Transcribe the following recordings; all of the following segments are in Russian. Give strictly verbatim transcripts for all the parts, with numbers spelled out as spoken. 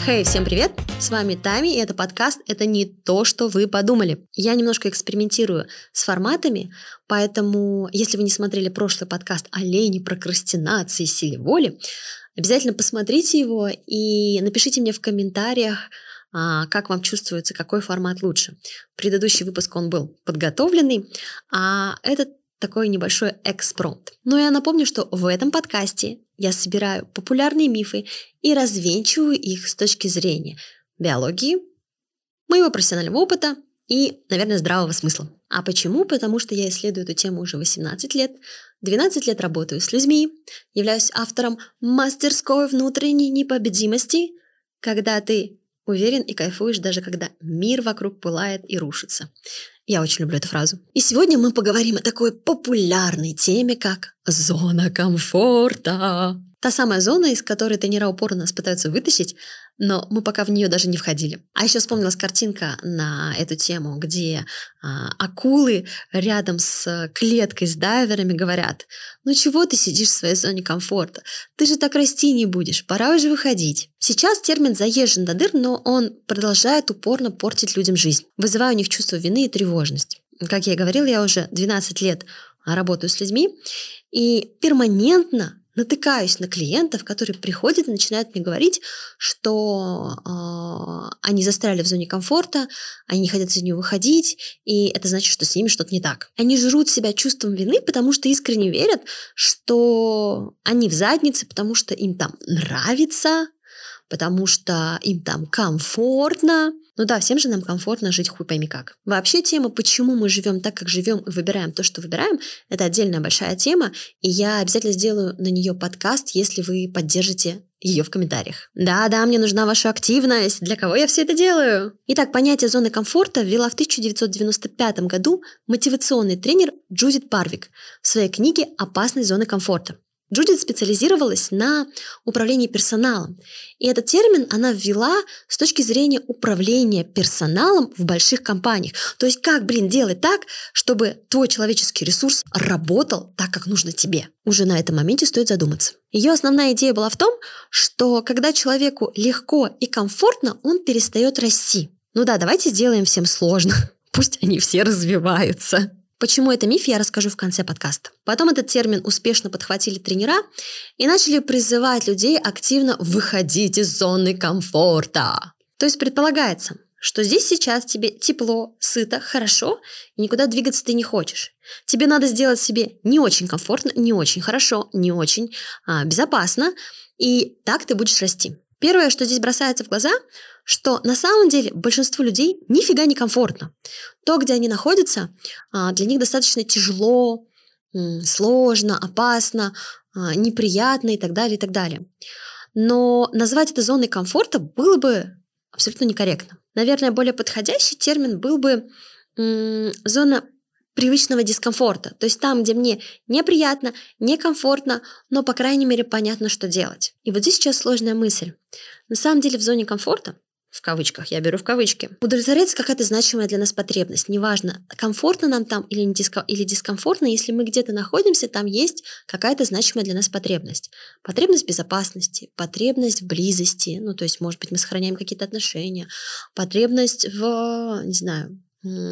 Хей, hey, всем привет! С вами Тами, и это подкаст «Это не то, что вы подумали». Я немножко экспериментирую с форматами, поэтому, если вы не смотрели прошлый подкаст о лени, прокрастинации, силе воли, обязательно посмотрите его и напишите мне в комментариях, как вам чувствуется, какой формат лучше. Предыдущий выпуск, он был подготовленный, а этот такой небольшой экспромт. Но я напомню, что в этом подкасте я собираю популярные мифы и развенчиваю их с точки зрения биологии, моего профессионального опыта и, наверное, здравого смысла. А почему? Потому что я исследую эту тему уже восемнадцать лет, двенадцать лет работаю с людьми, являюсь автором мастерской внутренней непобедимости, когда ты уверен и кайфуешь, даже когда мир вокруг пылает и рушится. Я очень люблю эту фразу. И сегодня мы поговорим о такой популярной теме, как зона комфорта. Та самая зона, из которой тренера упорно нас пытаются вытащить, но мы пока в нее даже не входили. А еще вспомнилась картинка на эту тему, где а, акулы рядом с клеткой с дайверами говорят: «Ну чего ты сидишь в своей зоне комфорта? Ты же так расти не будешь, пора уже выходить». Сейчас термин заезжен до дыр, но он продолжает упорно портить людям жизнь, вызывая у них чувство вины и тревожность. Как я и говорила, я уже двенадцать лет работаю с людьми и перманентно натыкаюсь на клиентов, которые приходят и начинают мне говорить, что э, они застряли в зоне комфорта, они не хотят из нее выходить, и это значит, что с ними что-то не так. Они жрут себя чувством вины, потому что искренне верят, что они в заднице, потому что им там нравится, потому что им там комфортно. Ну да, всем же нам комфортно жить хуй пойми как. Вообще тема, почему мы живем так, как живем, и выбираем то, что выбираем, это отдельная большая тема, и я обязательно сделаю на нее подкаст, если вы поддержите ее в комментариях. Да-да, мне нужна ваша активность. Для кого я все это делаю? Итак, понятие зоны комфорта ввела в тысяча девятьсот девяносто пятом году мотивационный тренер Джудит Парвик в своей книге «Опасность зоны комфорта». Джудит специализировалась на управлении персоналом. И этот термин она ввела с точки зрения управления персоналом в больших компаниях. То есть как, блин, делать так, чтобы твой человеческий ресурс работал так, как нужно тебе. Уже на этом моменте стоит задуматься. Ее основная идея была в том, что когда человеку легко и комфортно, он перестает расти. Ну да, давайте сделаем всем сложно. Пусть они все развиваются. Почему это миф, я расскажу в конце подкаста. Потом этот термин успешно подхватили тренера и начали призывать людей активно выходить из зоны комфорта. То есть предполагается, что здесь сейчас тебе тепло, сыто, хорошо, и никуда двигаться ты не хочешь. Тебе надо сделать себе не очень комфортно, не очень хорошо, не очень а, безопасно, и так ты будешь расти. Первое, что здесь бросается в глаза, что на самом деле большинству людей нифига не комфортно. То, где они находятся, для них достаточно тяжело, сложно, опасно, неприятно и так далее, и так далее. Но назвать это зоной комфорта было бы абсолютно некорректно. Наверное, более подходящий термин был бы м, зона привычного дискомфорта. То есть там, где мне неприятно, некомфортно, но, по крайней мере, понятно, что делать. И вот здесь сейчас сложная мысль. На самом деле в зоне комфорта, в кавычках, я беру в кавычки, удовлетворяется какая-то значимая для нас потребность. Неважно, комфортно нам там или, не диско, или дискомфортно, если мы где-то находимся, там есть какая-то значимая для нас потребность. Потребность в безопасности, потребность в близости, ну, то есть, может быть, мы сохраняем какие-то отношения, потребность в, не знаю,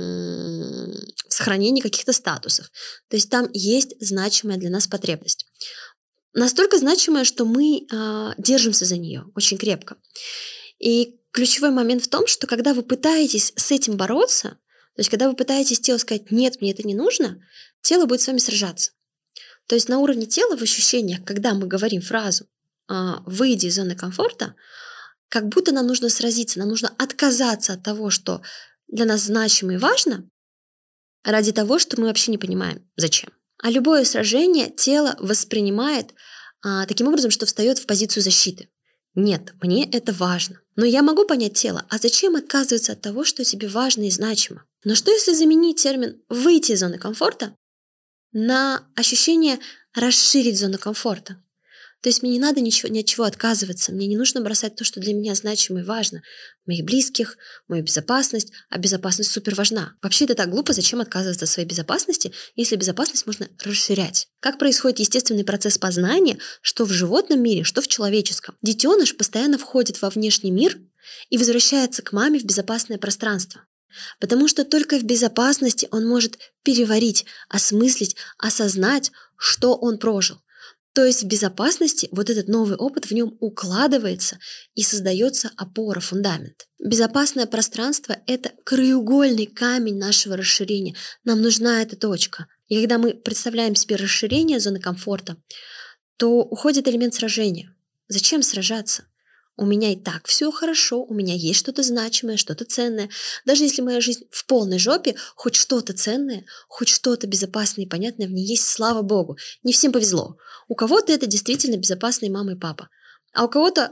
в сохранении каких-то статусов. То есть там есть значимая для нас потребность. Настолько значимая, что мы э, держимся за нее очень крепко. И ключевой момент в том, что когда вы пытаетесь с этим бороться, то есть когда вы пытаетесь телу сказать «нет, мне это не нужно», тело будет с вами сражаться. То есть на уровне тела, в ощущениях, когда мы говорим фразу э, «выйди из зоны комфорта», как будто нам нужно сразиться, нам нужно отказаться от того, что для нас значимо и важно, ради того, что мы вообще не понимаем, зачем. А любое сражение тело воспринимает а, таким образом, что встает в позицию защиты. Нет, мне это важно. Но я могу понять тело, а зачем отказываться от того, что тебе важно и значимо? Но что если заменить термин «выйти из зоны комфорта» на ощущение «расширить зону комфорта»? То есть мне не надо ничего, ни от чего отказываться, мне не нужно бросать то, что для меня значимо и важно. Моих близких, мою безопасность, а безопасность супер важна. Вообще это так глупо, зачем отказываться от своей безопасности, если безопасность можно расширять? Как происходит естественный процесс познания, что в животном мире, что в человеческом? Детеныш постоянно входит во внешний мир и возвращается к маме в безопасное пространство. Потому что только в безопасности он может переварить, осмыслить, осознать, что он прожил. То есть в безопасности вот этот новый опыт в нем укладывается и создается опора, фундамент. Безопасное пространство – это краеугольный камень нашего расширения. Нам нужна эта точка. И когда мы представляем себе расширение зоны комфорта, то уходит элемент сражения. Зачем сражаться? У меня и так все хорошо, у меня есть что-то значимое, что-то ценное. Даже если моя жизнь в полной жопе, хоть что-то ценное, хоть что-то безопасное и понятное в ней есть, слава богу. Не всем повезло. У кого-то это действительно безопасные мама и папа, а у кого-то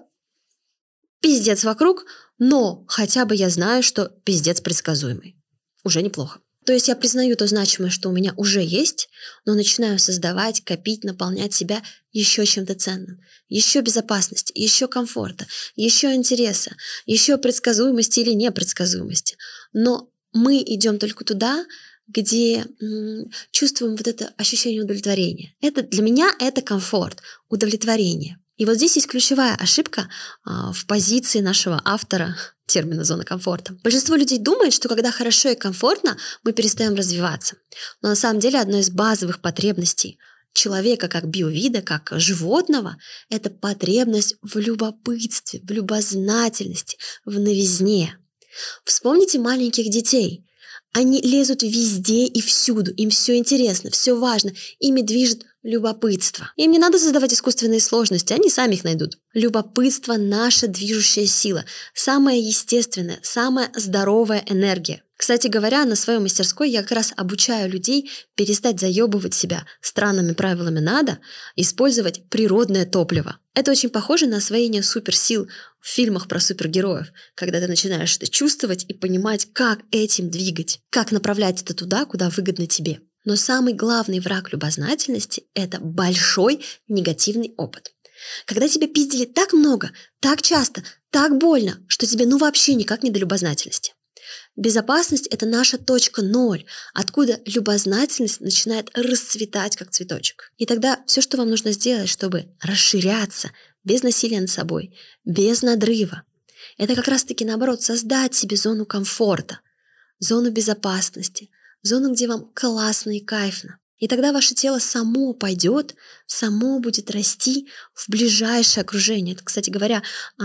пиздец вокруг, но хотя бы я знаю, что пиздец предсказуемый. Уже неплохо. То есть я признаю то значимое, что у меня уже есть, но начинаю создавать, копить, наполнять себя еще чем-то ценным. Еще безопасности, еще комфорта, еще интереса, еще предсказуемости или непредсказуемости. Но мы идем только туда, где м, чувствуем вот это ощущение удовлетворения. Это, для меня это комфорт, удовлетворение. И вот здесь есть ключевая ошибка а, в позиции нашего автора термина «зона комфорта». Большинство людей думает, что когда хорошо и комфортно, мы перестаем развиваться. Но на самом деле одной из базовых потребностей человека как биовида, как животного, это потребность в любопытстве, в любознательности, в новизне. Вспомните маленьких детей. Они лезут везде и всюду, им все интересно, все важно, ими движет любопытство. Им не надо создавать искусственные сложности, они сами их найдут. Любопытство – наша движущая сила, самая естественная, самая здоровая энергия. Кстати говоря, на своей мастерской я как раз обучаю людей перестать заебывать себя странными правилами надо, использовать природное топливо. Это очень похоже на освоение суперсил в фильмах про супергероев, когда ты начинаешь это чувствовать и понимать, как этим двигать, как направлять это туда, куда выгодно тебе. Но самый главный враг любознательности – это большой негативный опыт. Когда тебя пиздили так много, так часто, так больно, что тебе ну вообще никак не до любознательности. Безопасность – это наша точка ноль, откуда любознательность начинает расцветать, как цветочек. И тогда все, что вам нужно сделать, чтобы расширяться без насилия над собой, без надрыва, это как раз-таки, наоборот, создать себе зону комфорта, зону безопасности, зону, где вам классно и кайфно. И тогда ваше тело само пойдет, само будет расти в ближайшее окружение. Это, кстати говоря,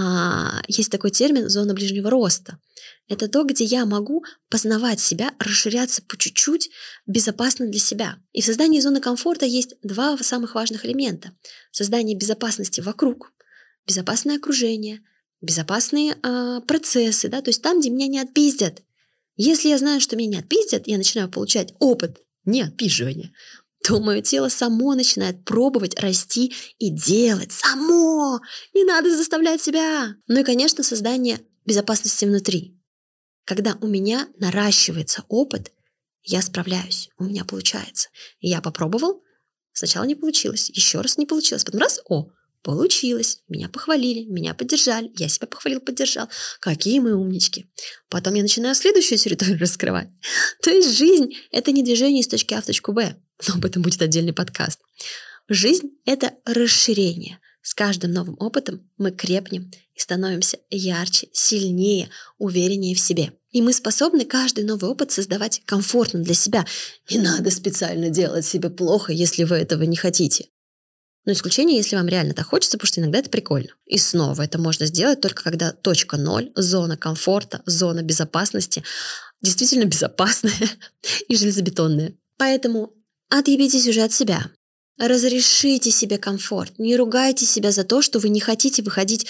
есть такой термин «зона ближнего роста». Это то, где я могу познавать себя, расширяться по чуть-чуть, безопасно для себя. И в создании зоны комфорта есть два самых важных элемента. Создание безопасности вокруг, безопасное окружение, безопасные э, процессы, да, то есть там, где меня не отпиздят. Если я знаю, что меня не отпиздят, я начинаю получать опыт неотпизживания, то мое тело само начинает пробовать, расти и делать. Само! Не надо заставлять себя! Ну и, конечно, создание безопасности внутри. Когда у меня наращивается опыт, я справляюсь, у меня получается. И я попробовал, сначала не получилось, еще раз не получилось, потом раз, о, получилось, меня похвалили, меня поддержали, я себя похвалил, поддержал. Какие мы умнички. Потом я начинаю следующую территорию раскрывать. То есть жизнь – это не движение из точки А в точку Б, но об этом будет отдельный подкаст. Жизнь – это расширение. С каждым новым опытом мы крепнем и становимся ярче, сильнее, увереннее в себе. И мы способны каждый новый опыт создавать комфортно для себя. Не надо специально делать себе плохо, если вы этого не хотите. Но исключение, если вам реально так хочется, потому что иногда это прикольно. И снова это можно сделать только когда точка ноль, зона комфорта, зона безопасности действительно безопасная и железобетонная. Поэтому отъебитесь уже от себя. Разрешите себе комфорт. Не ругайте себя за то, что вы не хотите выходить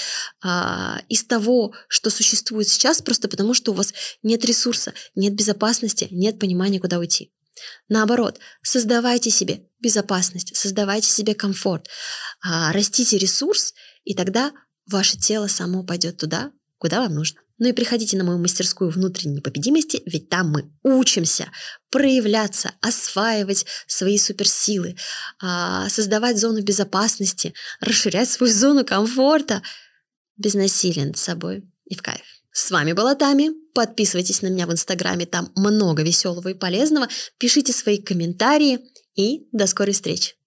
а, из того, что существует сейчас, просто потому что у вас нет ресурса, нет безопасности, нет понимания, куда уйти. Наоборот, создавайте себе безопасность, создавайте себе комфорт, а, растите ресурс, и тогда ваше тело само пойдет туда, куда вам нужно. Ну и приходите на мою мастерскую внутренней непобедимости, ведь там мы учимся проявляться, осваивать свои суперсилы, создавать зону безопасности, расширять свою зону комфорта без насилия над собой и в кайф. С вами была Тами. Подписывайтесь на меня в Инстаграме, там много веселого и полезного. Пишите свои комментарии и до скорой встречи.